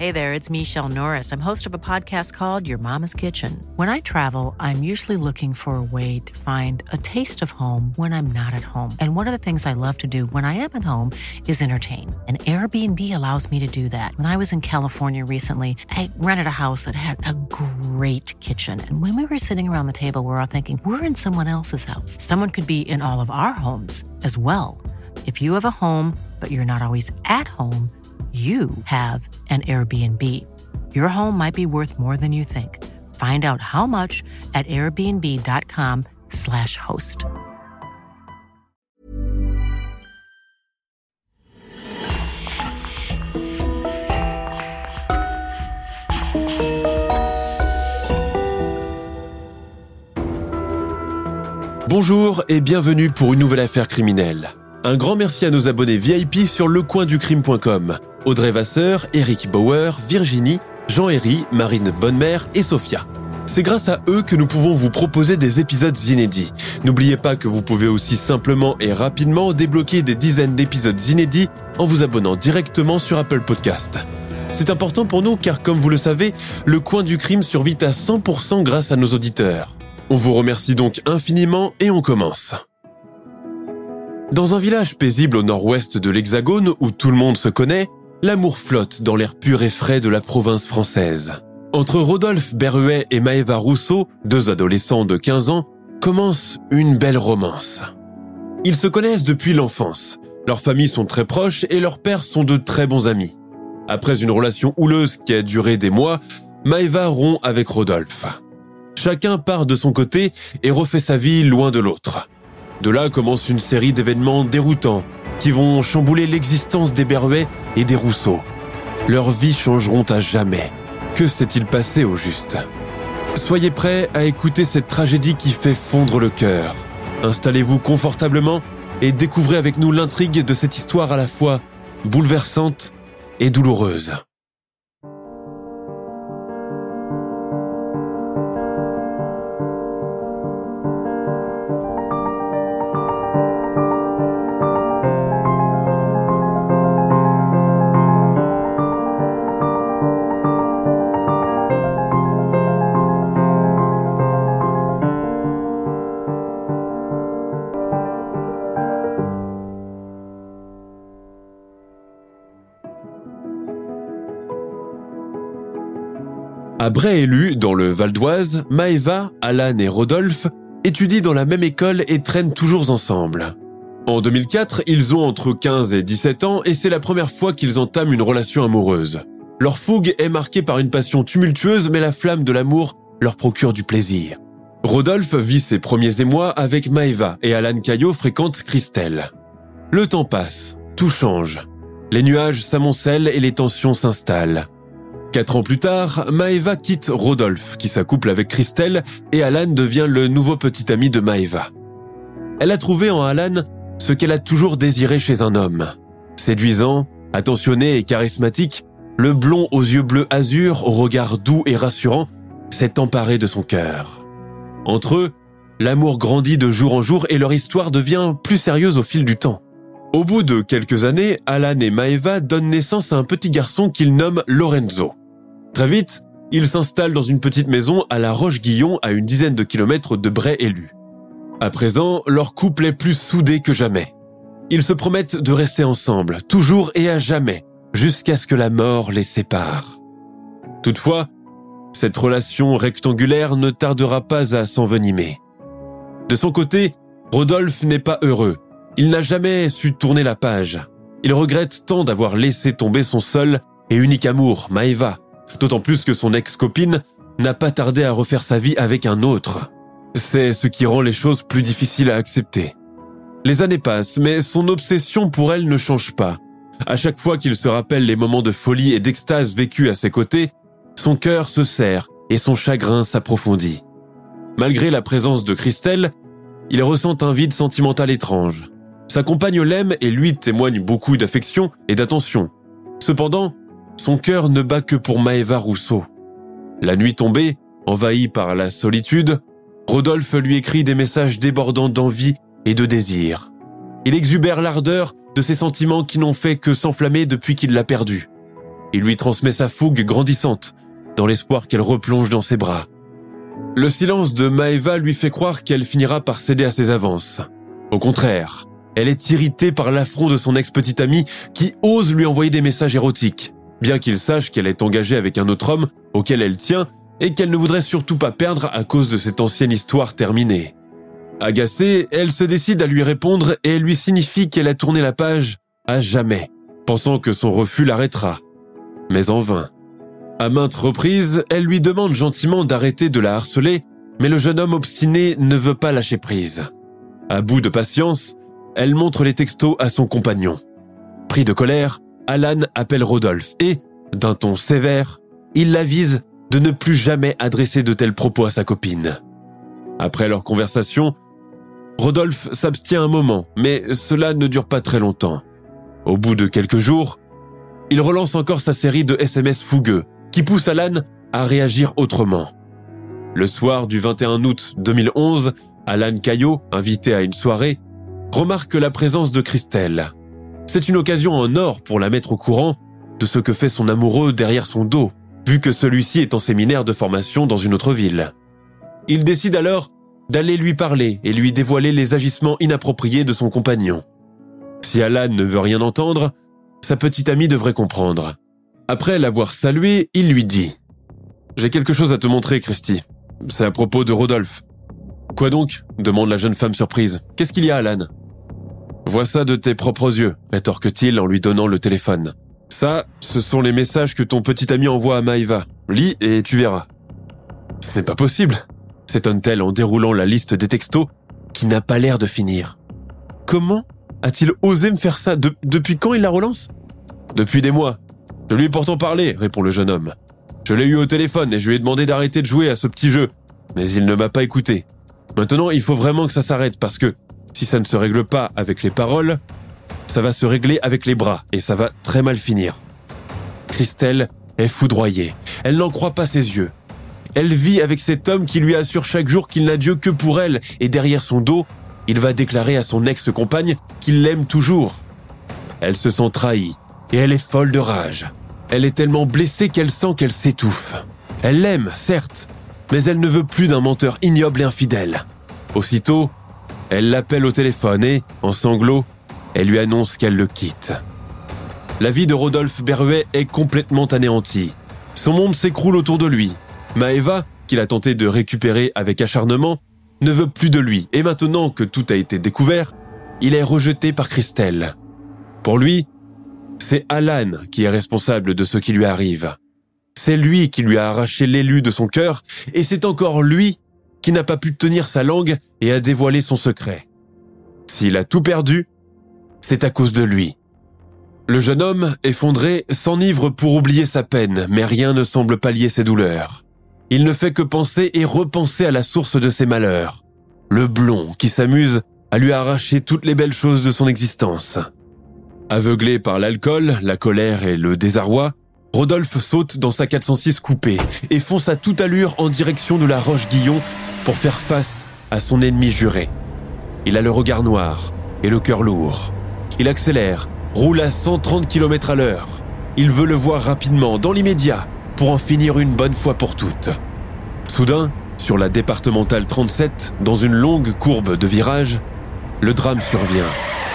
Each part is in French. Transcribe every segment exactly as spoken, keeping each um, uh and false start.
Hey there, it's Michelle Norris. I'm host of a podcast called Your Mama's Kitchen. When I travel, I'm usually looking for a way to find a taste of home when I'm not at home. And one of the things I love to do when I am at home is entertain. And Airbnb allows me to do that. When I was in California recently, I rented a house that had a great kitchen. And when we were sitting around the table, we were all thinking, we're in someone else's house. Someone could be in all of our homes as well. If you have a home, but you're not always at home, you have an Airbnb. Your home might be worth more than you think. Find out how much at airbnb.com slash host. Bonjour et bienvenue pour une nouvelle affaire criminelle. Un grand merci à nos abonnés V I P sur lecoinducrime point com. Audrey Vasseur, Eric Bauer, Virginie, Jean-Héry, Marine Bonnemère et Sophia. C'est grâce à eux que nous pouvons vous proposer des épisodes inédits. N'oubliez pas que vous pouvez aussi simplement et rapidement débloquer des dizaines d'épisodes inédits en vous abonnant directement sur Apple Podcast. C'est important pour nous car, comme vous le savez, le Coin du Crime survit à cent pour cent grâce à nos auditeurs. On vous remercie donc infiniment et on commence. Dans un village paisible au nord-ouest de l'Hexagone où tout le monde se connaît, l'amour flotte dans l'air pur et frais de la province française. Entre Rodolphe Berruet et Maëva Rousseau, deux adolescents de quinze ans, commence une belle romance. Ils se connaissent depuis l'enfance. Leurs familles sont très proches et leurs pères sont de très bons amis. Après une relation houleuse qui a duré des mois, Maëva rompt avec Rodolphe. Chacun part de son côté et refait sa vie loin de l'autre. De là commence une série d'événements déroutants qui vont chambouler l'existence des Berruet et des Rousseau. Leurs vies changeront à jamais. Que s'est-il passé au juste ? Soyez prêts à écouter cette tragédie qui fait fondre le cœur. Installez-vous confortablement et découvrez avec nous l'intrigue de cette histoire à la fois bouleversante et douloureuse. À Bray-Élu, dans le Val d'Oise, Maëva, Alan et Rodolphe étudient dans la même école et traînent toujours ensemble. En deux mille quatre, ils ont entre quinze et dix-sept ans et c'est la première fois qu'ils entament une relation amoureuse. Leur fougue est marquée par une passion tumultueuse, mais la flamme de l'amour leur procure du plaisir. Rodolphe vit ses premiers émois avec Maëva et Alan Caillot fréquente Christelle. Le temps passe, tout change. Les nuages s'amoncellent et les tensions s'installent. Quatre ans plus tard, Maëva quitte Rodolphe, qui s'accouple avec Christelle, et Alan devient le nouveau petit ami de Maëva. Elle a trouvé en Alan ce qu'elle a toujours désiré chez un homme. Séduisant, attentionné et charismatique, le blond aux yeux bleus azur, au regard doux et rassurant, s'est emparé de son cœur. Entre eux, l'amour grandit de jour en jour et leur histoire devient plus sérieuse au fil du temps. Au bout de quelques années, Alan et Maëva donnent naissance à un petit garçon qu'ils nomment Lorenzo. Très vite, ils s'installent dans une petite maison à la Roche-Guillon, à une dizaine de kilomètres de Bray-Élu. À présent, leur couple est plus soudé que jamais. Ils se promettent de rester ensemble, toujours et à jamais, jusqu'à ce que la mort les sépare. Toutefois, cette relation rectangulaire ne tardera pas à s'envenimer. De son côté, Rodolphe n'est pas heureux. Il n'a jamais su tourner la page. Il regrette tant d'avoir laissé tomber son seul et unique amour, Maëva. D'autant plus que son ex-copine n'a pas tardé à refaire sa vie avec un autre. C'est ce qui rend les choses plus difficiles à accepter. Les années passent, mais son obsession pour elle ne change pas. À chaque fois qu'il se rappelle les moments de folie et d'extase vécus à ses côtés, son cœur se serre et son chagrin s'approfondit. Malgré la présence de Christelle, il ressent un vide sentimental étrange. Sa compagne l'aime et lui témoigne beaucoup d'affection et d'attention. Cependant, son cœur ne bat que pour Maëva Rousseau. La nuit tombée, envahi par la solitude, Rodolphe lui écrit des messages débordant d'envie et de désir. Il exubère l'ardeur de ses sentiments qui n'ont fait que s'enflammer depuis qu'il l'a perdue. Il lui transmet sa fougue grandissante, dans l'espoir qu'elle replonge dans ses bras. Le silence de Maeva lui fait croire qu'elle finira par céder à ses avances. Au contraire, elle est irritée par l'affront de son ex-petite amie qui ose lui envoyer des messages érotiques, bien qu'il sache qu'elle est engagée avec un autre homme auquel elle tient et qu'elle ne voudrait surtout pas perdre à cause de cette ancienne histoire terminée. Agacée, elle se décide à lui répondre et elle lui signifie qu'elle a tourné la page à jamais, pensant que son refus l'arrêtera. Mais en vain. À maintes reprises, elle lui demande gentiment d'arrêter de la harceler, mais le jeune homme obstiné ne veut pas lâcher prise. À bout de patience, elle montre les textos à son compagnon. Pris de colère, Alan appelle Rodolphe et, d'un ton sévère, il l'avise de ne plus jamais adresser de tels propos à sa copine. Après leur conversation, Rodolphe s'abstient un moment, mais cela ne dure pas très longtemps. Au bout de quelques jours, il relance encore sa série de S M S fougueux, qui pousse Alan à réagir autrement. Le soir du vingt et un août deux mille onze, Alan Caillot, invité à une soirée, remarque la présence de Christelle. C'est une occasion en or pour la mettre au courant de ce que fait son amoureux derrière son dos, vu que celui-ci est en séminaire de formation dans une autre ville. Il décide alors d'aller lui parler et lui dévoiler les agissements inappropriés de son compagnon. Si Alan ne veut rien entendre, sa petite amie devrait comprendre. Après l'avoir salué, il lui dit « J'ai quelque chose à te montrer, Christy. C'est à propos de Rodolphe. » « Quoi donc ?» demande la jeune femme surprise. « Qu'est-ce qu'il y a, Alan ?»« Vois ça de tes propres yeux, » rétorque-t-il en lui donnant le téléphone. « Ça, ce sont les messages que ton petit ami envoie à Maeva. Lis et tu verras. »« Ce n'est pas possible !» s'étonne-t-elle en déroulant la liste des textos qui n'a pas l'air de finir. « Comment a-t-il osé me faire ça de- Depuis quand il la relance ?»« Depuis des mois. Je lui ai pourtant parlé, » répond le jeune homme. « Je l'ai eu au téléphone et je lui ai demandé d'arrêter de jouer à ce petit jeu. Mais il ne m'a pas écouté. Maintenant, il faut vraiment que ça s'arrête parce que si ça ne se règle pas avec les paroles, ça va se régler avec les bras et ça va très mal finir. » Christelle est foudroyée. Elle n'en croit pas ses yeux. Elle vit avec cet homme qui lui assure chaque jour qu'il n'a Dieu que pour elle et derrière son dos, il va déclarer à son ex-compagne qu'il l'aime toujours. Elle se sent trahie et elle est folle de rage. Elle est tellement blessée qu'elle sent qu'elle s'étouffe. Elle l'aime, certes, mais elle ne veut plus d'un menteur ignoble et infidèle. Aussitôt, elle l'appelle au téléphone et, en sanglots, elle lui annonce qu'elle le quitte. La vie de Rodolphe Berruet est complètement anéantie. Son monde s'écroule autour de lui. Maeva, qu'il a tenté de récupérer avec acharnement, ne veut plus de lui et maintenant que tout a été découvert, il est rejeté par Christelle. Pour lui, c'est Alan qui est responsable de ce qui lui arrive. C'est lui qui lui a arraché l'élu de son cœur et c'est encore lui qui n'a pas pu tenir sa langue et a dévoilé son secret. S'il a tout perdu, c'est à cause de lui. Le jeune homme, effondré, s'enivre pour oublier sa peine, mais rien ne semble pallier ses douleurs. Il ne fait que penser et repenser à la source de ses malheurs, le blond qui s'amuse à lui arracher toutes les belles choses de son existence. Aveuglé par l'alcool, la colère et le désarroi, Rodolphe saute dans sa quatre cent six coupé et fonce à toute allure en direction de la Roche-Guillon pour faire face à son ennemi juré. Il a le regard noir et le cœur lourd. Il accélère, roule à cent trente kilomètres à l'heure. Il veut le voir rapidement, dans l'immédiat, pour en finir une bonne fois pour toutes. Soudain, sur la départementale trente-sept, dans une longue courbe de virage, le drame survient.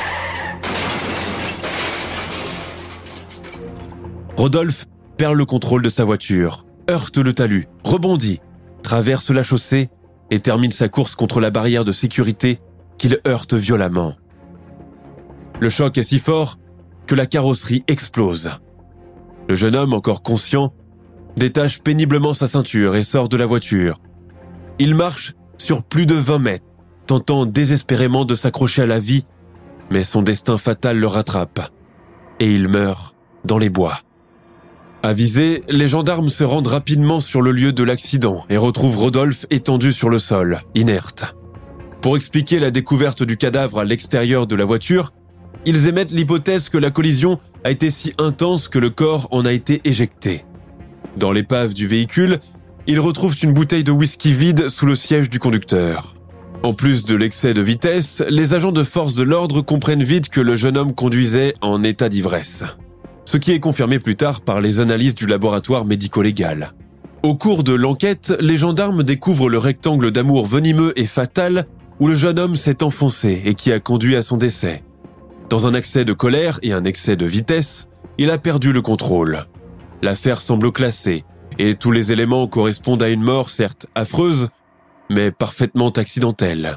Rodolphe perd le contrôle de sa voiture, heurte le talus, rebondit, traverse la chaussée et termine sa course contre la barrière de sécurité qu'il heurte violemment. Le choc est si fort que la carrosserie explose. Le jeune homme, encore conscient, détache péniblement sa ceinture et sort de la voiture. Il marche sur plus de vingt mètres, tentant désespérément de s'accrocher à la vie, mais son destin fatal le rattrape et il meurt dans les bois. Avisés, les gendarmes se rendent rapidement sur le lieu de l'accident et retrouvent Rodolphe étendu sur le sol, inerte. Pour expliquer la découverte du cadavre à l'extérieur de la voiture, ils émettent l'hypothèse que la collision a été si intense que le corps en a été éjecté. Dans l'épave du véhicule, ils retrouvent une bouteille de whisky vide sous le siège du conducteur. En plus de l'excès de vitesse, les agents de force de l'ordre comprennent vite que le jeune homme conduisait en état d'ivresse. ce qui est confirmé plus tard par les analyses du laboratoire médico-légal. Au cours de l'enquête, les gendarmes découvrent le rectangle d'amour venimeux et fatal où le jeune homme s'est enfoncé et qui a conduit à son décès. Dans un accès de colère et un excès de vitesse, il a perdu le contrôle. L'affaire semble classée et tous les éléments correspondent à une mort certes affreuse, mais parfaitement accidentelle.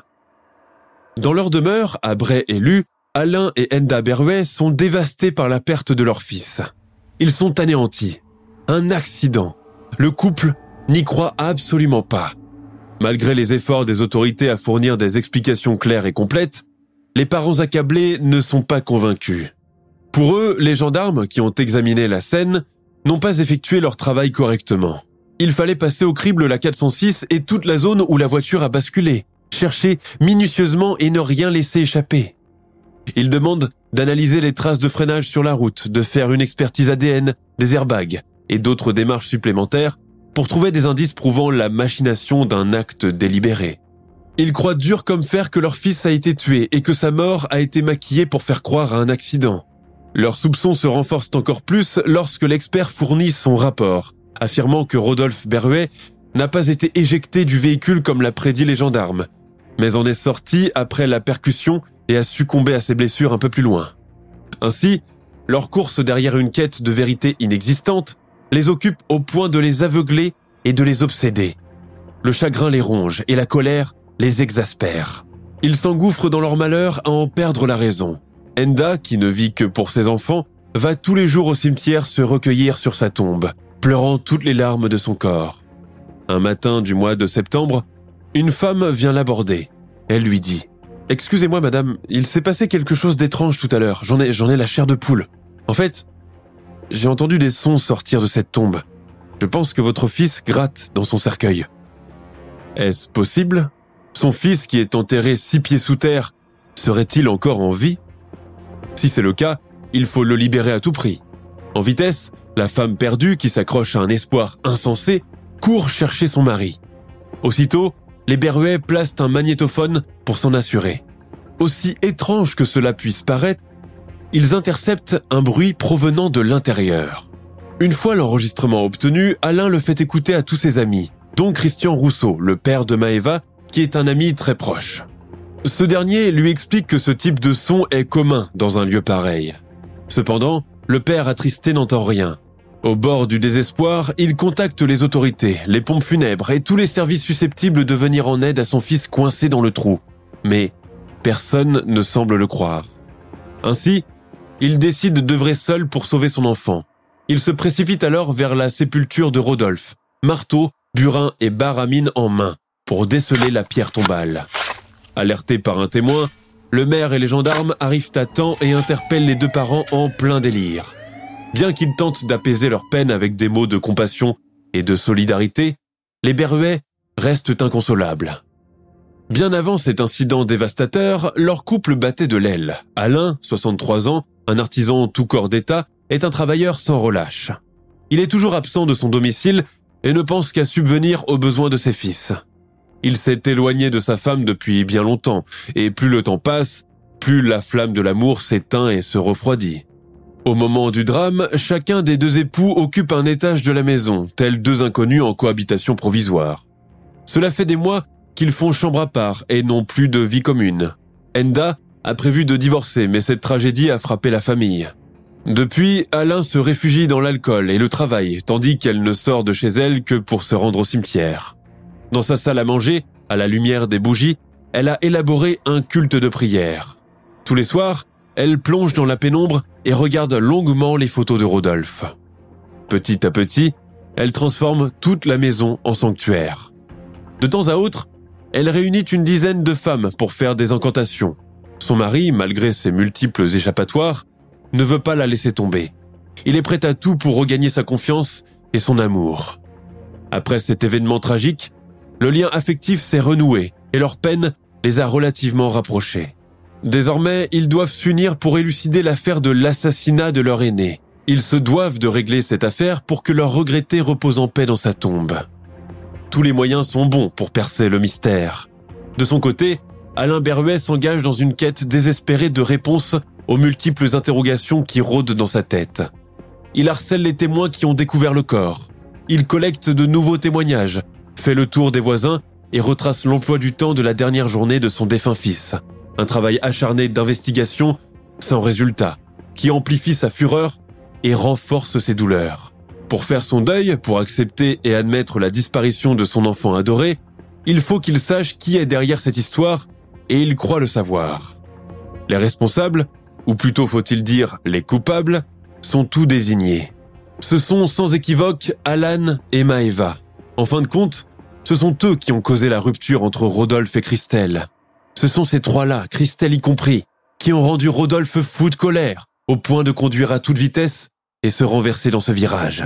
Dans leur demeure, à Bray et Lu, Alain et Enda Berruet sont dévastés par la perte de leur fils. Ils sont anéantis. Un accident. Le couple n'y croit absolument pas. Malgré les efforts des autorités à fournir des explications claires et complètes, les parents accablés ne sont pas convaincus. Pour eux, les gendarmes qui ont examiné la scène n'ont pas effectué leur travail correctement. Il fallait passer au crible la quatre cent six et toute la zone où la voiture a basculé, chercher minutieusement et ne rien laisser échapper. Ils demandent d'analyser les traces de freinage sur la route, de faire une expertise A D N, des airbags et d'autres démarches supplémentaires pour trouver des indices prouvant la machination d'un acte délibéré. Ils croient dur comme fer que leur fils a été tué et que sa mort a été maquillée pour faire croire à un accident. Leurs soupçons se renforcent encore plus lorsque l'expert fournit son rapport, affirmant que Rodolphe Berruet n'a pas été éjecté du véhicule comme l'a prédit les gendarmes, mais en est sorti après la percussion et a succombé à ses blessures un peu plus loin. Ainsi, leur course derrière une quête de vérité inexistante les occupe au point de les aveugler et de les obséder. Le chagrin les ronge et la colère les exaspère. Ils s'engouffrent dans leur malheur à en perdre la raison. Enda, qui ne vit que pour ses enfants, va tous les jours au cimetière se recueillir sur sa tombe, pleurant toutes les larmes de son corps. Un matin du mois de septembre, une femme vient l'aborder. Elle lui dit « Excusez-moi madame, il s'est passé quelque chose d'étrange tout à l'heure, j'en ai, j'en ai la chair de poule. En fait, j'ai entendu des sons sortir de cette tombe. Je pense que votre fils gratte dans son cercueil. » Est-ce possible ? Son fils qui est enterré six pieds sous terre, serait-il encore en vie ? Si c'est le cas, il faut le libérer à tout prix. En vitesse, la femme perdue, qui s'accroche à un espoir insensé, court chercher son mari. Aussitôt, les Berruet placent un magnétophone pour s'en assurer. Aussi étrange que cela puisse paraître, ils interceptent un bruit provenant de l'intérieur. Une fois l'enregistrement obtenu, Alain le fait écouter à tous ses amis, dont Christian Rousseau, le père de Maëva, qui est un ami très proche. Ce dernier lui explique que ce type de son est commun dans un lieu pareil. Cependant, le père attristé n'entend rien. Au bord du désespoir, il contacte les autorités, les pompes funèbres et tous les services susceptibles de venir en aide à son fils coincé dans le trou. Mais personne ne semble le croire. Ainsi, il décide d'œuvrer seul pour sauver son enfant. Il se précipite alors vers la sépulture de Rodolphe, marteau, burin et barre à mine en main, pour déceler la pierre tombale. Alertés par un témoin, le maire et les gendarmes arrivent à temps et interpellent les deux parents en plein délire. Bien qu'ils tentent d'apaiser leur peine avec des mots de compassion et de solidarité, les Berruet restent inconsolables. Bien avant cet incident dévastateur, leur couple battait de l'aile. Alain, soixante-trois ans, un artisan tout corps d'état, est un travailleur sans relâche. Il est toujours absent de son domicile et ne pense qu'à subvenir aux besoins de ses fils. Il s'est éloigné de sa femme depuis bien longtemps, et plus le temps passe, plus la flamme de l'amour s'éteint et se refroidit. Au moment du drame, chacun des deux époux occupe un étage de la maison, tels deux inconnus en cohabitation provisoire. Cela fait des mois qu'ils font chambre à part et n'ont plus de vie commune. Enda a prévu de divorcer, mais cette tragédie a frappé la famille. Depuis, Alain se réfugie dans l'alcool et le travail, tandis qu'elle ne sort de chez elle que pour se rendre au cimetière. Dans sa salle à manger, à la lumière des bougies, elle a élaboré un culte de prière. Tous les soirs, elle plonge dans la pénombre et regarde longuement les photos de Rodolphe. Petit à petit, elle transforme toute la maison en sanctuaire. De temps à autre, elle réunit une dizaine de femmes pour faire des incantations. Son mari, malgré ses multiples échappatoires, ne veut pas la laisser tomber. Il est prêt à tout pour regagner sa confiance et son amour. Après cet événement tragique, le lien affectif s'est renoué et leur peine les a relativement rapprochés. Désormais, ils doivent s'unir pour élucider l'affaire de l'assassinat de leur aîné. Ils se doivent de régler cette affaire pour que leur regretté repose en paix dans sa tombe. Tous les moyens sont bons pour percer le mystère. De son côté, Alain Berruet s'engage dans une quête désespérée de réponses aux multiples interrogations qui rôdent dans sa tête. Il harcèle les témoins qui ont découvert le corps. Il collecte de nouveaux témoignages, fait le tour des voisins et retrace l'emploi du temps de la dernière journée de son défunt fils. Un travail acharné d'investigation sans résultat, qui amplifie sa fureur et renforce ses douleurs. Pour faire son deuil, pour accepter et admettre la disparition de son enfant adoré, il faut qu'il sache qui est derrière cette histoire et il croit le savoir. Les responsables, ou plutôt faut-il dire les coupables, sont tous désignés. Ce sont sans équivoque Alan et Maeva. En fin de compte, ce sont eux qui ont causé la rupture entre Rodolphe et Christelle. Ce sont ces trois-là, Christelle y compris, qui ont rendu Rodolphe fou de colère, au point de conduire à toute vitesse et se renverser dans ce virage.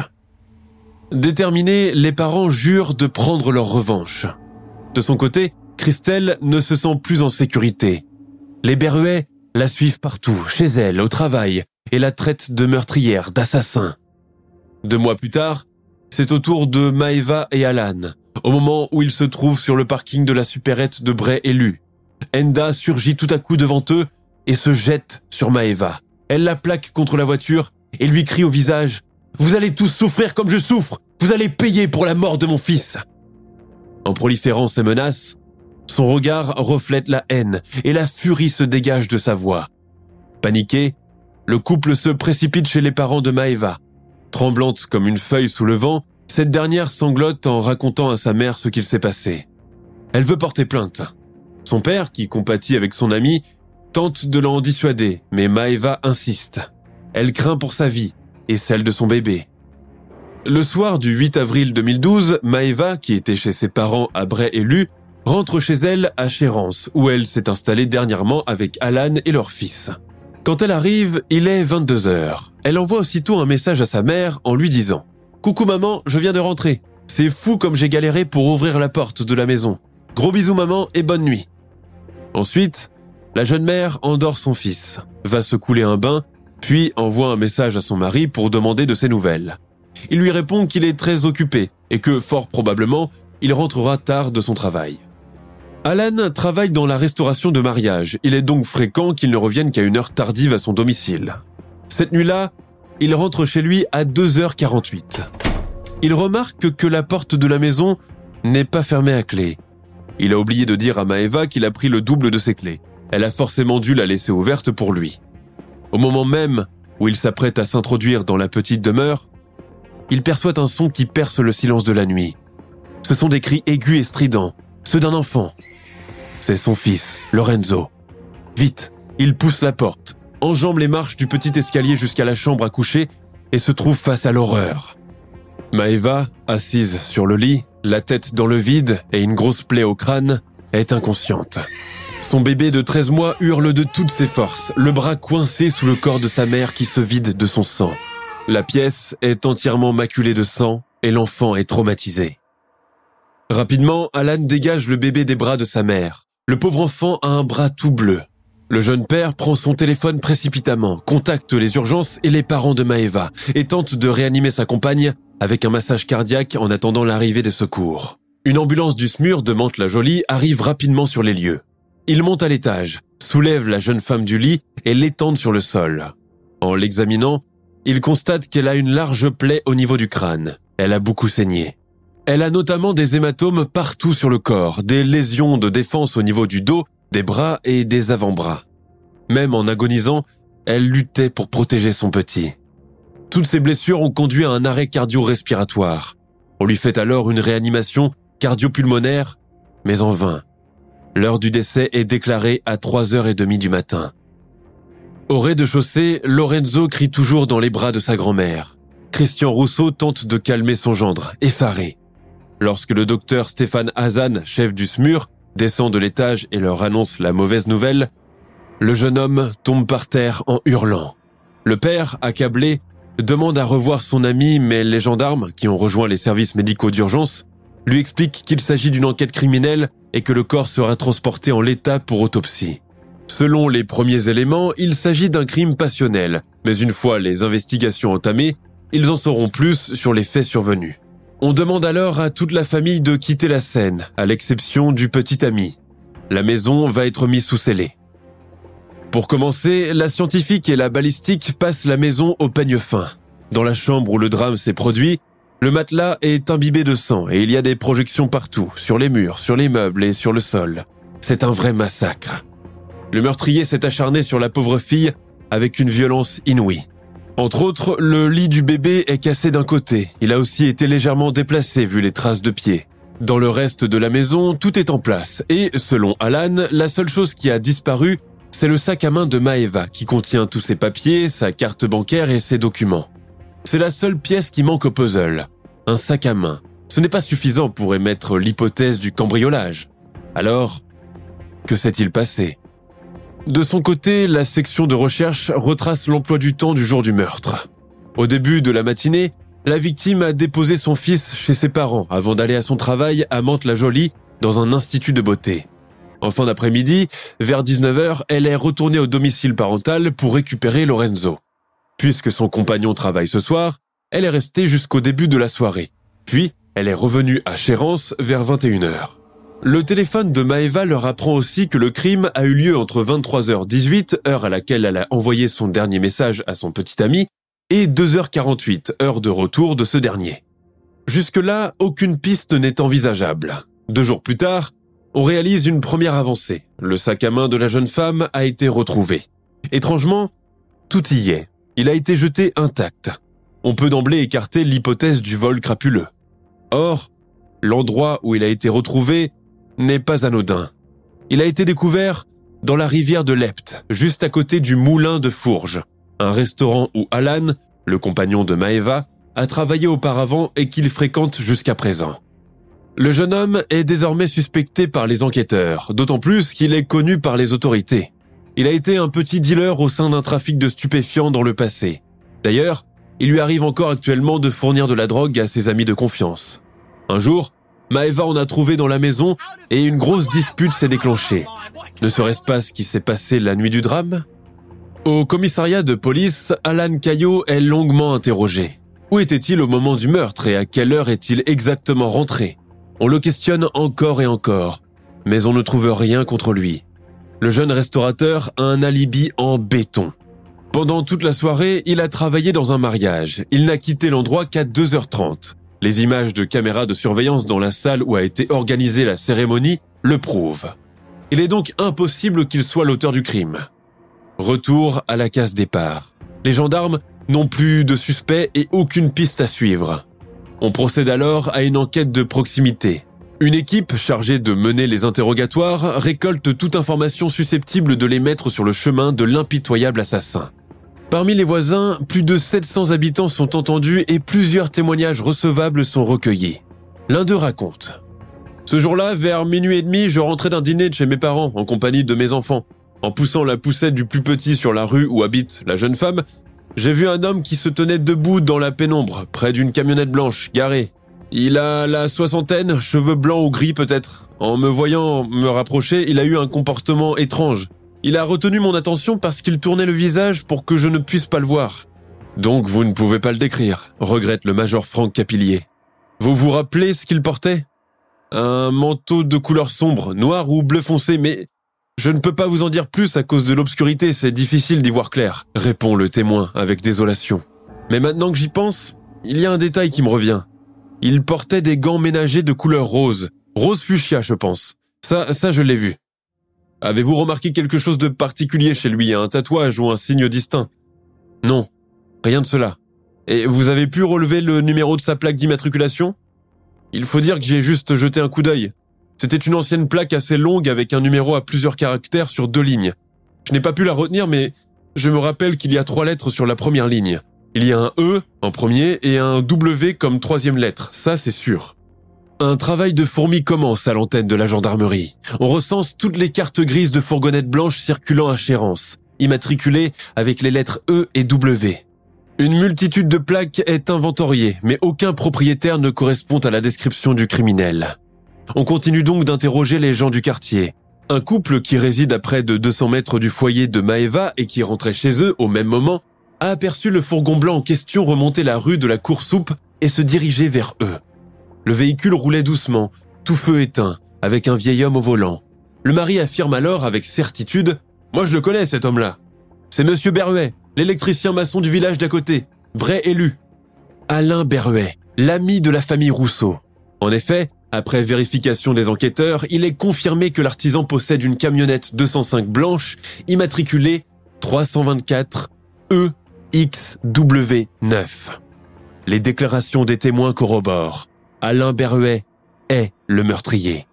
Déterminés, les parents jurent de prendre leur revanche. De son côté, Christelle ne se sent plus en sécurité. Les Berruet la suivent partout, chez elle, au travail, et la traitent de meurtrière, d'assassin. Deux mois plus tard, c'est au tour de Maeva et Alan, au moment où ils se trouvent sur le parking de la supérette de Bray-Élu. Enda surgit tout à coup devant eux et se jette sur Maeva. Elle la plaque contre la voiture et lui crie au visage « Vous allez tous souffrir comme je souffre, vous allez payer pour la mort de mon fils !» En proliférant ses menaces, son regard reflète la haine et la furie se dégage de sa voix. Paniqué, le couple se précipite chez les parents de Maeva. Tremblante comme une feuille sous le vent, cette dernière sanglote en racontant à sa mère ce qu'il s'est passé. Elle veut porter plainte. Son père, qui compatit avec son ami, tente de l'en dissuader, mais Maeva insiste. Elle craint pour sa vie et celle de son bébé. Le soir du huit avril deux mille douze, Maeva, qui était chez ses parents à Bray-Élu, rentre chez elle à Chérence, où elle s'est installée dernièrement avec Alan et leur fils. Quand elle arrive, il est vingt-deux heures. Elle envoie aussitôt un message à sa mère en lui disant « Coucou maman, je viens de rentrer. C'est fou comme j'ai galéré pour ouvrir la porte de la maison. Gros bisous maman et bonne nuit. » Ensuite, la jeune mère endort son fils, va se couler un bain, puis envoie un message à son mari pour demander de ses nouvelles. Il lui répond qu'il est très occupé et que, fort probablement, il rentrera tard de son travail. Alan travaille dans la restauration de mariage. Il est donc fréquent qu'il ne revienne qu'à une heure tardive à son domicile. Cette nuit-là, il rentre chez lui à deux heures quarante-huit. Il remarque que la porte de la maison n'est pas fermée à clé. Il a oublié de dire à Maeva qu'il a pris le double de ses clés. Elle a forcément dû la laisser ouverte pour lui. Au moment même où il s'apprête à s'introduire dans la petite demeure, il perçoit un son qui perce le silence de la nuit. Ce sont des cris aigus et stridents, ceux d'un enfant. C'est son fils, Lorenzo. Vite, il pousse la porte, enjambe les marches du petit escalier jusqu'à la chambre à coucher et se trouve face à l'horreur. Maeva, assise sur le lit, la tête dans le vide et une grosse plaie au crâne, est inconsciente. Son bébé de treize mois hurle de toutes ses forces, le bras coincé sous le corps de sa mère qui se vide de son sang. La pièce est entièrement maculée de sang et l'enfant est traumatisé. Rapidement, Alan dégage le bébé des bras de sa mère. Le pauvre enfant a un bras tout bleu. Le jeune père prend son téléphone précipitamment, contacte les urgences et les parents de Maeva et tente de réanimer sa compagne avec un massage cardiaque en attendant l'arrivée des secours. Une ambulance du S M U R de Mantes-la-Jolie arrive rapidement sur les lieux. Il monte à l'étage, soulève la jeune femme du lit et l'étend sur le sol. En l'examinant, il constate qu'elle a une large plaie au niveau du crâne. Elle a beaucoup saigné. Elle a notamment des hématomes partout sur le corps, des lésions de défense au niveau du dos, des bras et des avant-bras. Même en agonisant, elle luttait pour protéger son petit. Toutes ces blessures ont conduit à un arrêt cardio-respiratoire. On lui fait alors une réanimation cardio-pulmonaire, mais en vain. L'heure du décès est déclarée à trois heures trente du matin. Au rez-de-chaussée, Lorenzo crie toujours dans les bras de sa grand-mère. Christian Rousseau tente de calmer son gendre, effaré. Lorsque le docteur Stéphane Hazan, chef du S M U R, descend de l'étage et leur annonce la mauvaise nouvelle, le jeune homme tombe par terre en hurlant. Le père, accablé, demande à revoir son ami, mais les gendarmes, qui ont rejoint les services médicaux d'urgence, lui expliquent qu'il s'agit d'une enquête criminelle et que le corps sera transporté en l'état pour autopsie. Selon les premiers éléments, il s'agit d'un crime passionnel, mais une fois les investigations entamées, ils en sauront plus sur les faits survenus. On demande alors à toute la famille de quitter la scène, à l'exception du petit ami. La maison va être mise sous scellé. Pour commencer, la scientifique et la balistique passent la maison au peigne fin. Dans la chambre où le drame s'est produit, le matelas est imbibé de sang et il y a des projections partout, sur les murs, sur les meubles et sur le sol. C'est un vrai massacre. Le meurtrier s'est acharné sur la pauvre fille avec une violence inouïe. Entre autres, le lit du bébé est cassé d'un côté. Il a aussi été légèrement déplacé vu les traces de pieds. Dans le reste de la maison, tout est en place. Et selon Alan, la seule chose qui a disparu, c'est le sac à main de Maeva qui contient tous ses papiers, sa carte bancaire et ses documents. C'est la seule pièce qui manque au puzzle. Un sac à main. Ce n'est pas suffisant pour émettre l'hypothèse du cambriolage. Alors, que s'est-il passé ? De son côté, la section de recherche retrace l'emploi du temps du jour du meurtre. Au début de la matinée, la victime a déposé son fils chez ses parents avant d'aller à son travail à Mantes-la-Jolie dans un institut de beauté. En fin d'après-midi, vers dix-neuf heures, elle est retournée au domicile parental pour récupérer Lorenzo. Puisque son compagnon travaille ce soir, elle est restée jusqu'au début de la soirée. Puis, elle est revenue à Chérences vers vingt et une heures. Le téléphone de Maeva leur apprend aussi que le crime a eu lieu entre vingt-trois heures dix-huit, heure à laquelle elle a envoyé son dernier message à son petit ami, et deux heures quarante-huit, heure de retour de ce dernier. Jusque-là, aucune piste n'est envisageable. Deux jours plus tard, on réalise une première avancée. Le sac à main de la jeune femme a été retrouvé. Étrangement, tout y est. Il a été jeté intact. On peut d'emblée écarter l'hypothèse du vol crapuleux. Or, l'endroit où il a été retrouvé n'est pas anodin. Il a été découvert dans la rivière de l'Epte, juste à côté du moulin de Fourges, un restaurant où Alan, le compagnon de Maeva, a travaillé auparavant et qu'il fréquente jusqu'à présent. Le jeune homme est désormais suspecté par les enquêteurs, d'autant plus qu'il est connu par les autorités. Il a été un petit dealer au sein d'un trafic de stupéfiants dans le passé. D'ailleurs, il lui arrive encore actuellement de fournir de la drogue à ses amis de confiance. Un jour, Maeva en a trouvé dans la maison et une grosse dispute s'est déclenchée. Ne serait-ce pas ce qui s'est passé la nuit du drame ? Au commissariat de police, Alan Caillot est longuement interrogé. Où était-il au moment du meurtre et à quelle heure est-il exactement rentré ? On le questionne encore et encore, mais on ne trouve rien contre lui. Le jeune restaurateur a un alibi en béton. Pendant toute la soirée, il a travaillé dans un mariage. Il n'a quitté l'endroit qu'à deux heures trente. Les images de caméras de surveillance dans la salle où a été organisée la cérémonie le prouvent. Il est donc impossible qu'il soit l'auteur du crime. Retour à la case départ. Les gendarmes n'ont plus de suspects et aucune piste à suivre. On procède alors à une enquête de proximité. Une équipe chargée de mener les interrogatoires récolte toute information susceptible de les mettre sur le chemin de l'impitoyable assassin. Parmi les voisins, plus de sept cents habitants sont entendus et plusieurs témoignages recevables sont recueillis. L'un d'eux raconte. Ce jour-là, vers minuit et demi, je rentrais d'un dîner de chez mes parents en compagnie de mes enfants. En poussant la poussette du plus petit sur la rue où habite la jeune femme, j'ai vu un homme qui se tenait debout dans la pénombre, près d'une camionnette blanche, garée. Il a la soixantaine, cheveux blancs ou gris peut-être. En me voyant me rapprocher, il a eu un comportement étrange. Il a retenu mon attention parce qu'il tournait le visage pour que je ne puisse pas le voir. Donc vous ne pouvez pas le décrire, regrette le major Franck Capillier. Vous vous rappelez ce qu'il portait ? Un manteau de couleur sombre, noir ou bleu foncé, mais je ne peux pas vous en dire plus à cause de l'obscurité, c'est difficile d'y voir clair, répond le témoin avec désolation. Mais maintenant que j'y pense, il y a un détail qui me revient. Il portait des gants ménagers de couleur rose, rose fuchsia je pense. Ça, ça je l'ai vu. Avez-vous remarqué quelque chose de particulier chez lui, un tatouage ou un signe distinct ? Non, rien de cela. Et vous avez pu relever le numéro de sa plaque d'immatriculation ? Il faut dire que j'y ai juste jeté un coup d'œil. C'était une ancienne plaque assez longue avec un numéro à plusieurs caractères sur deux lignes. Je n'ai pas pu la retenir, mais je me rappelle qu'il y a trois lettres sur la première ligne. Il y a un E en premier et un W comme troisième lettre, ça c'est sûr. Un travail de fourmi commence à l'antenne de la gendarmerie. On recense toutes les cartes grises de fourgonnettes blanches circulant à Chérences, immatriculées avec les lettres E et W. Une multitude de plaques est inventoriée, mais aucun propriétaire ne correspond à la description du criminel. On continue donc d'interroger les gens du quartier. Un couple qui réside à près de deux cents mètres du foyer de Maeva et qui rentrait chez eux au même moment a aperçu le fourgon blanc en question remonter la rue de la Cour-Soupe et se diriger vers eux. Le véhicule roulait doucement, tout feu éteint, avec un vieil homme au volant. Le mari affirme alors avec certitude « Moi je le connais cet homme-là. C'est Monsieur Berruet, l'électricien maçon du village d'à côté. Bray élu. Alain Berruet, l'ami de la famille Rousseau. En effet, après vérification des enquêteurs, il est confirmé que l'artisan possède une camionnette deux cent cinq blanche immatriculée trois cent vingt-quatre E X W neuf. Les déclarations des témoins corroborent. Alain Berruet est le meurtrier.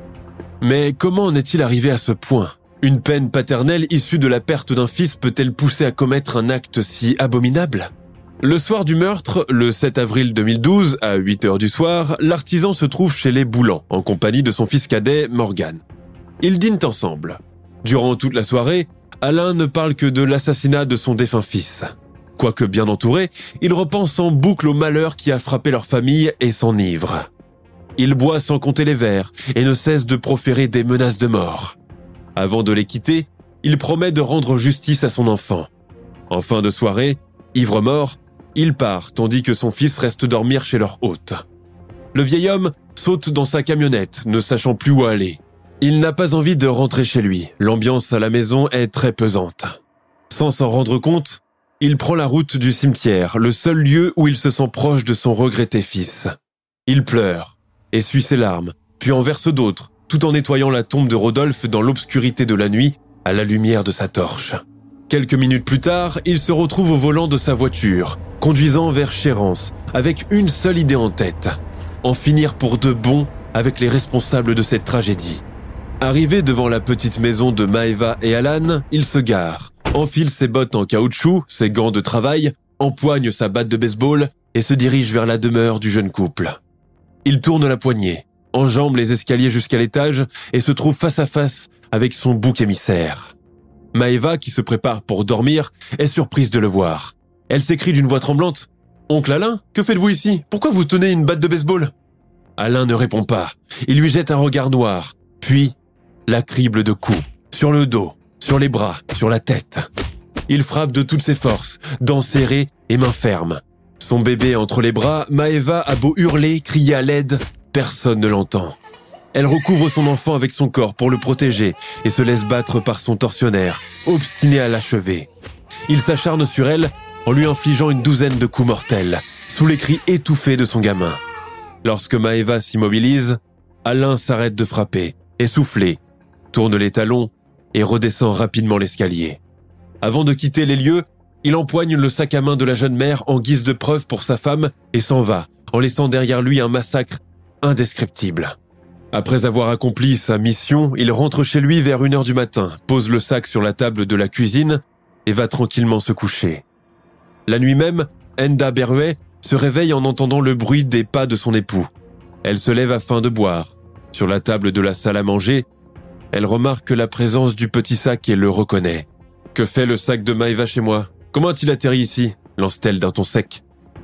Mais comment en est-il arrivé à ce point ? Une peine paternelle issue de la perte d'un fils peut-elle pousser à commettre un acte si abominable ? Le soir du meurtre, le sept avril deux mille douze, à huit heures du soir, l'artisan se trouve chez les Boulans, en compagnie de son fils cadet, Morgan. Ils dînent ensemble. Durant toute la soirée, Alain ne parle que de l'assassinat de son défunt fils. Quoique bien entouré, il repense en boucle au malheur qui a frappé leur famille et s'enivre. Il boit sans compter les verres et ne cesse de proférer des menaces de mort. Avant de les quitter, il promet de rendre justice à son enfant. En fin de soirée, ivre-mort, il part tandis que son fils reste dormir chez leur hôte. Le vieil homme saute dans sa camionnette, ne sachant plus où aller. Il n'a pas envie de rentrer chez lui, l'ambiance à la maison est très pesante. Sans s'en rendre compte, il prend la route du cimetière, le seul lieu où il se sent proche de son regretté fils. Il pleure, essuie ses larmes, puis en verse d'autres, tout en nettoyant la tombe de Rodolphe dans l'obscurité de la nuit, à la lumière de sa torche. Quelques minutes plus tard, il se retrouve au volant de sa voiture, conduisant vers Chérences, avec une seule idée en tête, en finir pour de bon avec les responsables de cette tragédie. Arrivé devant la petite maison de Maëva et Alan, il se gare, enfile ses bottes en caoutchouc, ses gants de travail, empoigne sa batte de baseball et se dirige vers la demeure du jeune couple. Il tourne la poignée, enjambe les escaliers jusqu'à l'étage et se trouve face à face avec son bouc émissaire. Maëva, qui se prépare pour dormir, est surprise de le voir. Elle s'écrie d'une voix tremblante « Oncle Alain, que faites-vous ici ? Pourquoi vous tenez une batte de baseball ?» Alain ne répond pas. Il lui jette un regard noir, puis la crible de coups, sur le dos, sur les bras, sur la tête. Il frappe de toutes ses forces, dents serrées et mains fermes. Son bébé entre les bras, Maëva a beau hurler, crier à l'aide, personne ne l'entend. Elle recouvre son enfant avec son corps pour le protéger et se laisse battre par son tortionnaire, obstiné à l'achever. Il s'acharne sur elle en lui infligeant une douzaine de coups mortels, sous les cris étouffés de son gamin. Lorsque Maëva s'immobilise, Alain s'arrête de frapper, essoufflé, tourne les talons et redescend rapidement l'escalier. Avant de quitter les lieux, il empoigne le sac à main de la jeune mère en guise de preuve pour sa femme et s'en va, en laissant derrière lui un massacre indescriptible. Après avoir accompli sa mission, il rentre chez lui vers une heure du matin, pose le sac sur la table de la cuisine et va tranquillement se coucher. La nuit même, Enda Berruet se réveille en entendant le bruit des pas de son époux. Elle se lève afin de boire. Sur la table de la salle à manger, elle remarque la présence du petit sac et le reconnaît. « Que fait le sac de Maëva chez moi ? Comment a-t-il atterri ici ?» lance-t-elle d'un ton sec.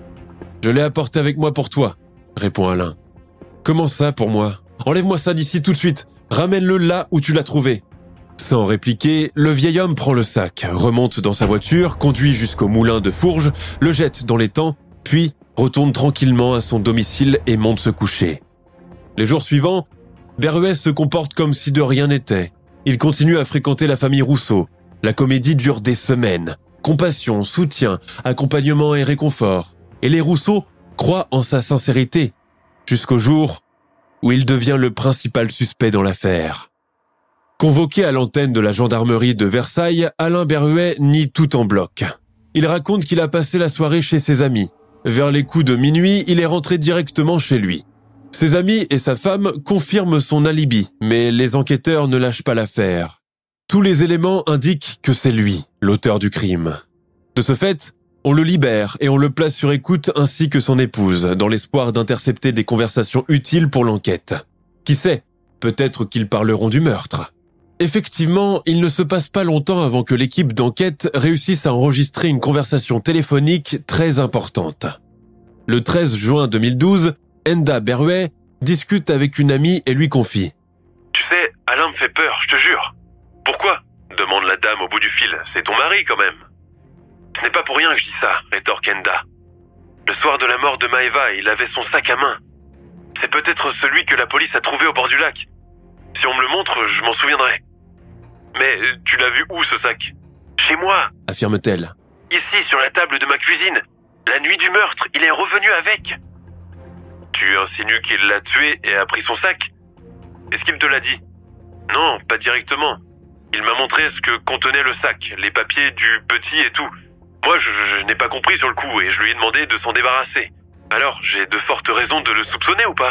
« Je l'ai apporté avec moi pour toi », répond Alain. « Comment ça pour moi ? Enlève-moi ça d'ici tout de suite. Ramène-le là où tu l'as trouvé. » Sans répliquer, le vieil homme prend le sac, remonte dans sa voiture, conduit jusqu'au moulin de Fourges, le jette dans l'étang, puis retourne tranquillement à son domicile et monte se coucher. Les jours suivants, Berruet se comporte comme si de rien n'était. Il continue à fréquenter la famille Rousseau. La comédie dure des semaines. Compassion, soutien, accompagnement et réconfort. Et les Rousseau croient en sa sincérité, jusqu'au jour où il devient le principal suspect dans l'affaire. Convoqué à l'antenne de la gendarmerie de Versailles, Alain Berruet nie tout en bloc. Il raconte qu'il a passé la soirée chez ses amis. Vers les coups de minuit, il est rentré directement chez lui. Ses amis et sa femme confirment son alibi, mais les enquêteurs ne lâchent pas l'affaire. Tous les éléments indiquent que c'est lui, l'auteur du crime. De ce fait, on le libère et on le place sur écoute ainsi que son épouse, dans l'espoir d'intercepter des conversations utiles pour l'enquête. Qui sait, peut-être qu'ils parleront du meurtre. Effectivement, il ne se passe pas longtemps avant que l'équipe d'enquête réussisse à enregistrer une conversation téléphonique très importante. Le treize juin deux mille douze, Enda Berruet discute avec une amie et lui confie. « Tu sais, Alain me fait peur, je te jure. »« Pourquoi ?» demande la dame au bout du fil. « C'est ton mari quand même. »« Ce n'est pas pour rien que je dis ça, » rétorque Enda. « Le soir de la mort de Maëva, il avait son sac à main. C'est peut-être celui que la police a trouvé au bord du lac. Si on me le montre, je m'en souviendrai. »« Mais tu l'as vu où ce sac ?»« Chez moi, » affirme-t-elle. « Ici, sur la table de ma cuisine. La nuit du meurtre, il est revenu avec. Tu insinues qu'il l'a tué et a pris son sac? Est-ce qu'il te l'a dit? Non, pas directement. Il m'a montré ce que contenait le sac, les papiers du petit et tout. Moi, je, je n'ai pas compris sur le coup et je lui ai demandé de s'en débarrasser. Alors, j'ai de fortes raisons de le soupçonner ou pas?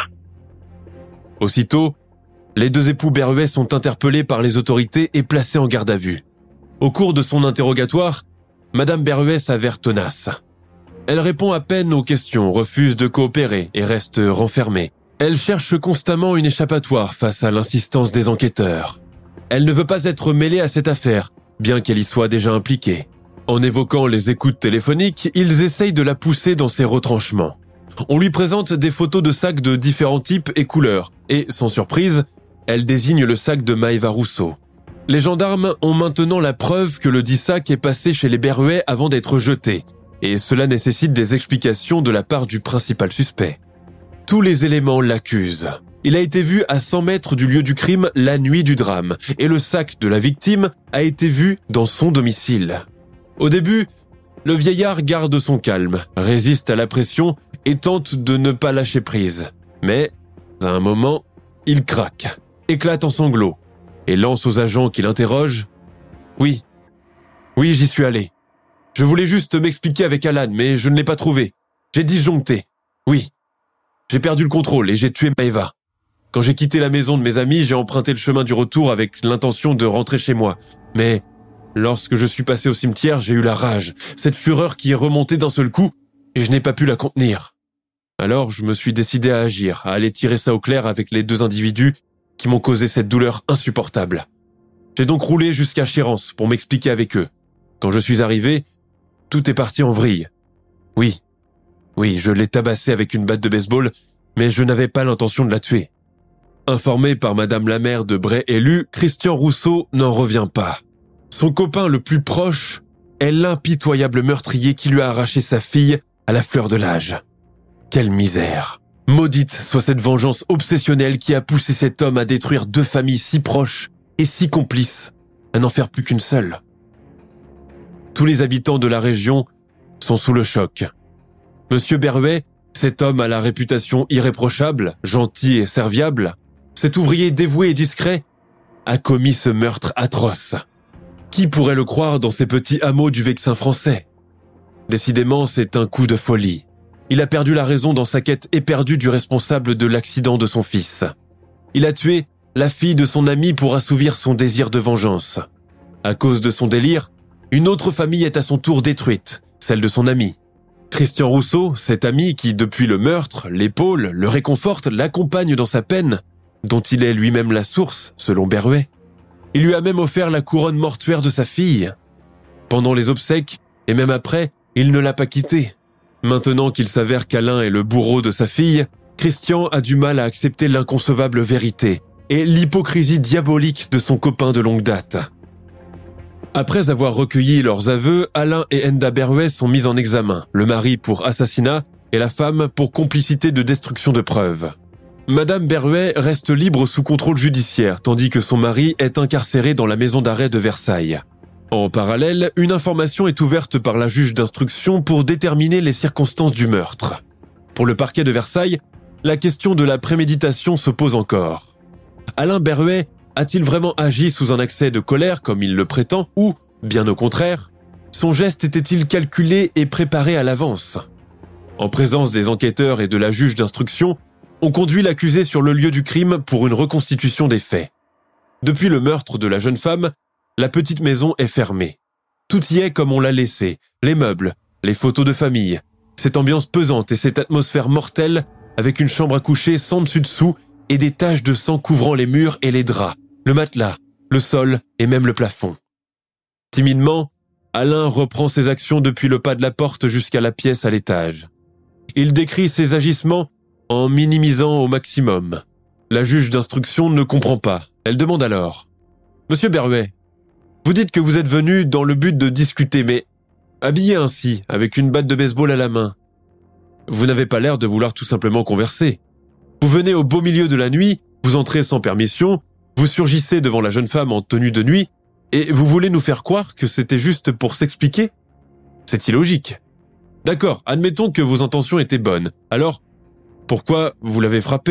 Aussitôt, les deux époux Berruet sont interpellés par les autorités et placés en garde à vue. Au cours de son interrogatoire, Madame Berruet s'avère tenace. Elle répond à peine aux questions, refuse de coopérer et reste renfermée. Elle cherche constamment une échappatoire face à l'insistance des enquêteurs. Elle ne veut pas être mêlée à cette affaire, bien qu'elle y soit déjà impliquée. En évoquant les écoutes téléphoniques, ils essayent de la pousser dans ses retranchements. On lui présente des photos de sacs de différents types et couleurs, et, sans surprise, elle désigne le sac de Maëva Rousseau. Les gendarmes ont maintenant la preuve que le dit sac est passé chez les Berruet avant d'être jeté, et cela nécessite des explications de la part du principal suspect. Tous les éléments l'accusent. Il a été vu à cent mètres du lieu du crime la nuit du drame, et le sac de la victime a été vu dans son domicile. Au début, le vieillard garde son calme, résiste à la pression et tente de ne pas lâcher prise. Mais, à un moment, il craque, éclate en sanglots et lance aux agents qui l'interrogent « Oui, oui, j'y suis allé. Je voulais juste m'expliquer avec Alan, mais je ne l'ai pas trouvé. J'ai disjoncté. Oui, j'ai perdu le contrôle et j'ai tué Maëva. Quand j'ai quitté la maison de mes amis, j'ai emprunté le chemin du retour avec l'intention de rentrer chez moi. Mais lorsque je suis passé au cimetière, j'ai eu la rage, cette fureur qui est remontée d'un seul coup et je n'ai pas pu la contenir. Alors je me suis décidé à agir, à aller tirer ça au clair avec les deux individus qui m'ont causé cette douleur insupportable. J'ai donc roulé jusqu'à Chérances pour m'expliquer avec eux. Quand je suis arrivé, tout est parti en vrille. Oui, oui, je l'ai tabassé avec une batte de baseball, mais je n'avais pas l'intention de la tuer. Informé par Madame la maire de Bray-Élu, Christian Rousseau n'en revient pas. Son copain le plus proche est l'impitoyable meurtrier qui lui a arraché sa fille à la fleur de l'âge. Quelle misère! Maudite soit cette vengeance obsessionnelle qui a poussé cet homme à détruire deux familles si proches et si complices, à n'en faire plus qu'une seule. Tous les habitants de la région sont sous le choc. Monsieur Berruet, cet homme à la réputation irréprochable, gentil et serviable, cet ouvrier dévoué et discret, a commis ce meurtre atroce. Qui pourrait le croire dans ces petits hameaux du Vexin français? Décidément, c'est un coup de folie. Il a perdu la raison dans sa quête éperdue du responsable de l'accident de son fils. Il a tué la fille de son ami pour assouvir son désir de vengeance. À cause de son délire, une autre famille est à son tour détruite, celle de son ami. Christian Rousseau, cet ami qui, depuis le meurtre, l'épaule, le réconforte, l'accompagne dans sa peine, dont il est lui-même la source, selon Berruet. Il lui a même offert la couronne mortuaire de sa fille. Pendant les obsèques, et même après, il ne l'a pas quitté. Maintenant qu'il s'avère qu'Alain est le bourreau de sa fille, Christian a du mal à accepter l'inconcevable vérité et l'hypocrisie diabolique de son copain de longue date. Après avoir recueilli leurs aveux, Alain et Enda Berruet sont mis en examen, le mari pour assassinat et la femme pour complicité de destruction de preuves. Madame Berruet reste libre sous contrôle judiciaire, tandis que son mari est incarcéré dans la maison d'arrêt de Versailles. En parallèle, une information est ouverte par la juge d'instruction pour déterminer les circonstances du meurtre. Pour le parquet de Versailles, la question de la préméditation se pose encore. Alain Berruet a-t-il vraiment agi sous un accès de colère comme il le prétend ou, bien au contraire, son geste était-il calculé et préparé à l'avance? En présence des enquêteurs et de la juge d'instruction, on conduit l'accusé sur le lieu du crime pour une reconstitution des faits. Depuis le meurtre de la jeune femme, la petite maison est fermée. Tout y est comme on l'a laissé, les meubles, les photos de famille, cette ambiance pesante et cette atmosphère mortelle avec une chambre à coucher sans dessus-dessous et des taches de sang couvrant les murs et les draps, le matelas, le sol et même le plafond. Timidement, Alain reprend ses actions depuis le pas de la porte jusqu'à la pièce à l'étage. Il décrit ses agissements en minimisant au maximum. La juge d'instruction ne comprend pas. Elle demande alors « Monsieur Berruet, vous dites que vous êtes venu dans le but de discuter, mais habillé ainsi, avec une batte de baseball à la main. Vous n'avez pas l'air de vouloir tout simplement converser. Vous venez au beau milieu de la nuit, vous entrez sans permission, vous surgissez devant la jeune femme en tenue de nuit, et vous voulez nous faire croire que c'était juste pour s'expliquer? C'est illogique. D'accord, admettons que vos intentions étaient bonnes. Alors, pourquoi vous l'avez frappé ?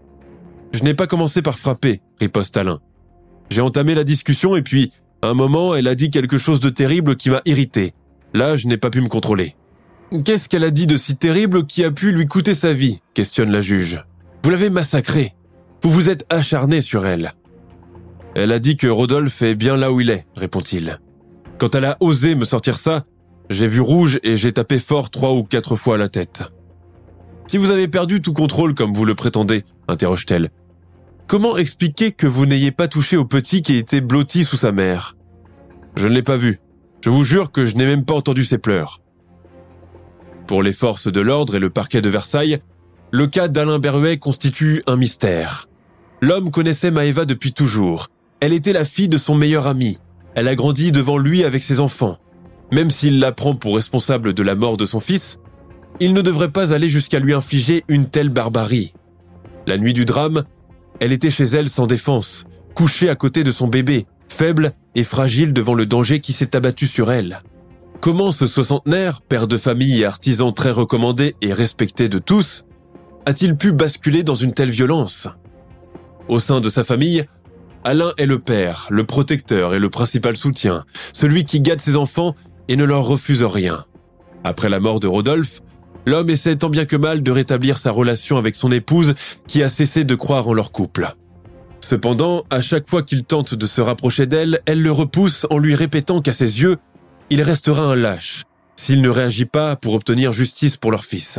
Je n'ai pas commencé par frapper, riposte Alain. J'ai entamé la discussion et puis, à un moment, elle a dit quelque chose de terrible qui m'a irrité. Là, je n'ai pas pu me contrôler. Qu'est-ce qu'elle a dit de si terrible qui a pu lui coûter sa vie ? Questionne la juge. Vous l'avez massacrée. Vous vous êtes acharné sur elle. Elle a dit que Rodolphe est bien là où il est, répond-il. Quand elle a osé me sortir ça, j'ai vu rouge et j'ai tapé fort trois ou quatre fois à la tête. Si vous avez perdu tout contrôle comme vous le prétendez, interroge-t-elle, comment expliquer que vous n'ayez pas touché au petit qui était blotti sous sa mère ? Je ne l'ai pas vu. Je vous jure que je n'ai même pas entendu ses pleurs. Pour les forces de l'ordre et le parquet de Versailles, le cas d'Alain Berruet constitue un mystère. L'homme connaissait Maëva depuis toujours. Elle était la fille de son meilleur ami. Elle a grandi devant lui avec ses enfants. Même s'il la prend pour responsable de la mort de son fils, il ne devrait pas aller jusqu'à lui infliger une telle barbarie. La nuit du drame, elle était chez elle sans défense, couchée à côté de son bébé, faible et fragile devant le danger qui s'est abattu sur elle. Comment ce soixantenaire, père de famille et artisan très recommandé et respecté de tous, a-t-il pu basculer dans une telle violence ? Au sein de sa famille, Alain est le père, le protecteur et le principal soutien, celui qui gâte ses enfants et ne leur refuse rien. Après la mort de Rodolphe, l'homme essaie tant bien que mal de rétablir sa relation avec son épouse qui a cessé de croire en leur couple. Cependant, à chaque fois qu'il tente de se rapprocher d'elle, elle le repousse en lui répétant qu'à ses yeux, il restera un lâche s'il ne réagit pas pour obtenir justice pour leur fils.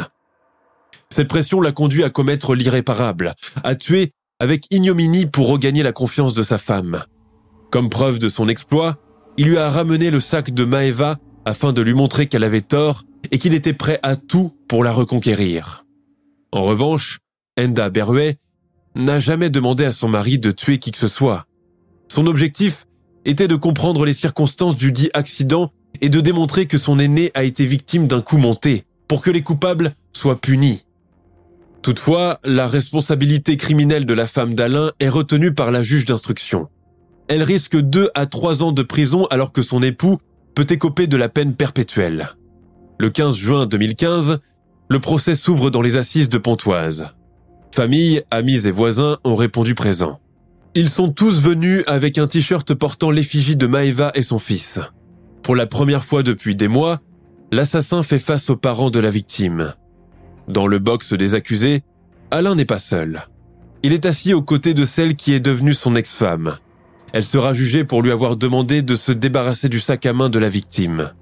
Cette pression l'a conduit à commettre l'irréparable, à tuer avec ignominie pour regagner la confiance de sa femme. Comme preuve de son exploit, il lui a ramené le sac de Maëva afin de lui montrer qu'elle avait tort et qu'il était prêt à tout pour la reconquérir. En revanche, Enda Berruet n'a jamais demandé à son mari de tuer qui que ce soit. Son objectif était de comprendre les circonstances du dit accident et de démontrer que son aîné a été victime d'un coup monté, pour que les coupables soient punis. Toutefois, la responsabilité criminelle de la femme d'Alain est retenue par la juge d'instruction. Elle risque deux à trois ans de prison alors que son époux peut écoper de la peine perpétuelle. Le quinze juin deux mille quinze, le procès s'ouvre dans les assises de Pontoise. Famille, amis et voisins ont répondu présents. Ils sont tous venus avec un t-shirt portant l'effigie de Maëva et son fils. Pour la première fois depuis des mois, l'assassin fait face aux parents de la victime. Dans le box des accusés, Alain n'est pas seul. Il est assis aux côtés de celle qui est devenue son ex-femme. Elle sera jugée pour lui avoir demandé de se débarrasser du sac à main de la victime.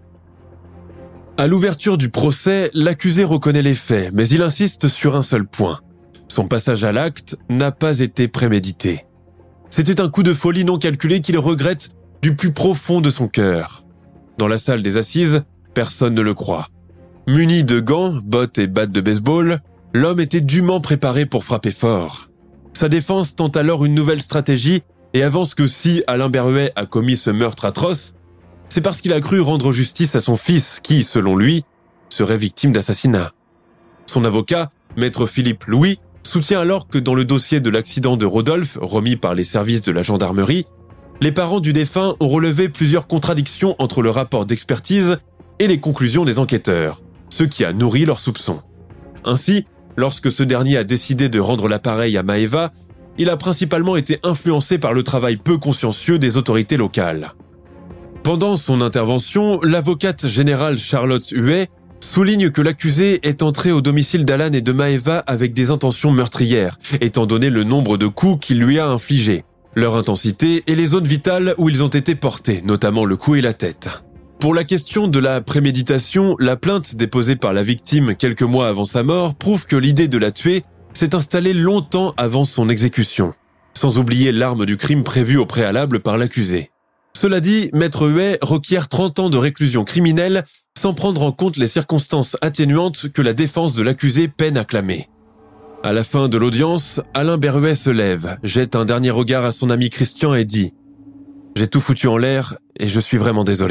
À l'ouverture du procès, l'accusé reconnaît les faits, mais il insiste sur un seul point. Son passage à l'acte n'a pas été prémédité. C'était un coup de folie non calculé qu'il regrette du plus profond de son cœur. Dans la salle des assises, personne ne le croit. Muni de gants, bottes et battes de baseball, l'homme était dûment préparé pour frapper fort. Sa défense tente alors une nouvelle stratégie et avance que si Alain Berruet a commis ce meurtre atroce, c'est parce qu'il a cru rendre justice à son fils qui, selon lui, serait victime d'assassinat. Son avocat, maître Philippe Louis, soutient alors que dans le dossier de l'accident de Rodolphe, remis par les services de la gendarmerie, les parents du défunt ont relevé plusieurs contradictions entre le rapport d'expertise et les conclusions des enquêteurs, ce qui a nourri leurs soupçons. Ainsi, lorsque ce dernier a décidé de rendre l'appareil à Maëva, il a principalement été influencé par le travail peu consciencieux des autorités locales. Pendant son intervention, l'avocate générale Charlotte Huet souligne que l'accusé est entré au domicile d'Alan et de Maëva avec des intentions meurtrières, étant donné le nombre de coups qu'il lui a infligés, leur intensité et les zones vitales où ils ont été portés, notamment le cou et la tête. Pour la question de la préméditation, la plainte déposée par la victime quelques mois avant sa mort prouve que l'idée de la tuer s'est installée longtemps avant son exécution, sans oublier l'arme du crime prévue au préalable par l'accusé. Cela dit, Maître Huet requiert trente ans de réclusion criminelle sans prendre en compte les circonstances atténuantes que la défense de l'accusé peine à clamer. À la fin de l'audience, Alain Berruet se lève, jette un dernier regard à son ami Christian et dit « J'ai tout foutu en l'air et je suis vraiment désolé ».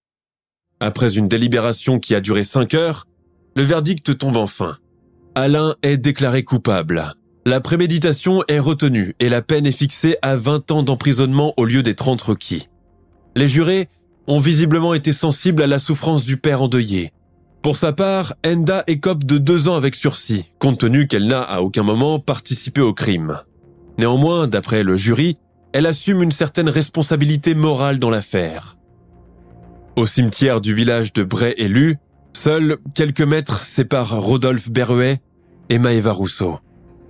Après une délibération qui a duré cinq heures, le verdict tombe enfin. Alain est déclaré coupable. La préméditation est retenue et la peine est fixée à vingt ans d'emprisonnement au lieu des trente requis. Les jurés ont visiblement été sensibles à la souffrance du père endeuillé. Pour sa part, Enda écope de deux ans avec sursis, compte tenu qu'elle n'a à aucun moment participé au crime. Néanmoins, d'après le jury, elle assume une certaine responsabilité morale dans l'affaire. Au cimetière du village de Bray-Élu, seuls quelques mètres séparent Rodolphe Berruet et Maëva Rousseau.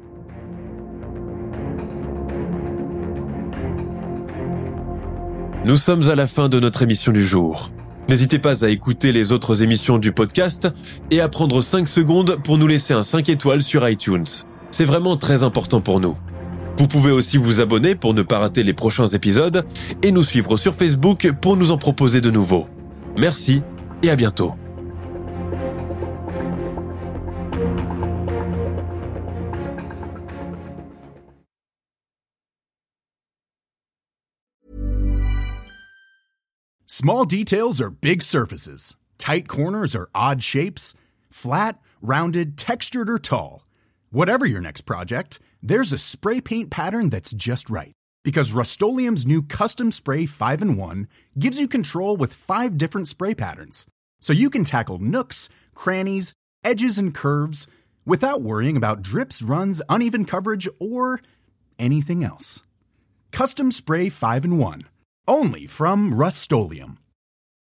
Nous sommes à la fin de notre émission du jour. N'hésitez pas à écouter les autres émissions du podcast et à prendre cinq secondes pour nous laisser un cinq étoiles sur iTunes. C'est vraiment très important pour nous. Vous pouvez aussi vous abonner pour ne pas rater les prochains épisodes et nous suivre sur Facebook pour nous en proposer de nouveaux. Merci et à bientôt. Small details are big surfaces. Tight corners are odd shapes. Flat, rounded, textured, or tall. Whatever your next project, there's a spray paint pattern that's just right. Because Rust-Oleum's new Custom Spray five in one gives you control with five different spray patterns. So you can tackle nooks, crannies, edges, and curves without worrying about drips, runs, uneven coverage, or anything else. Custom Spray five in one. Only from Rust-Oleum.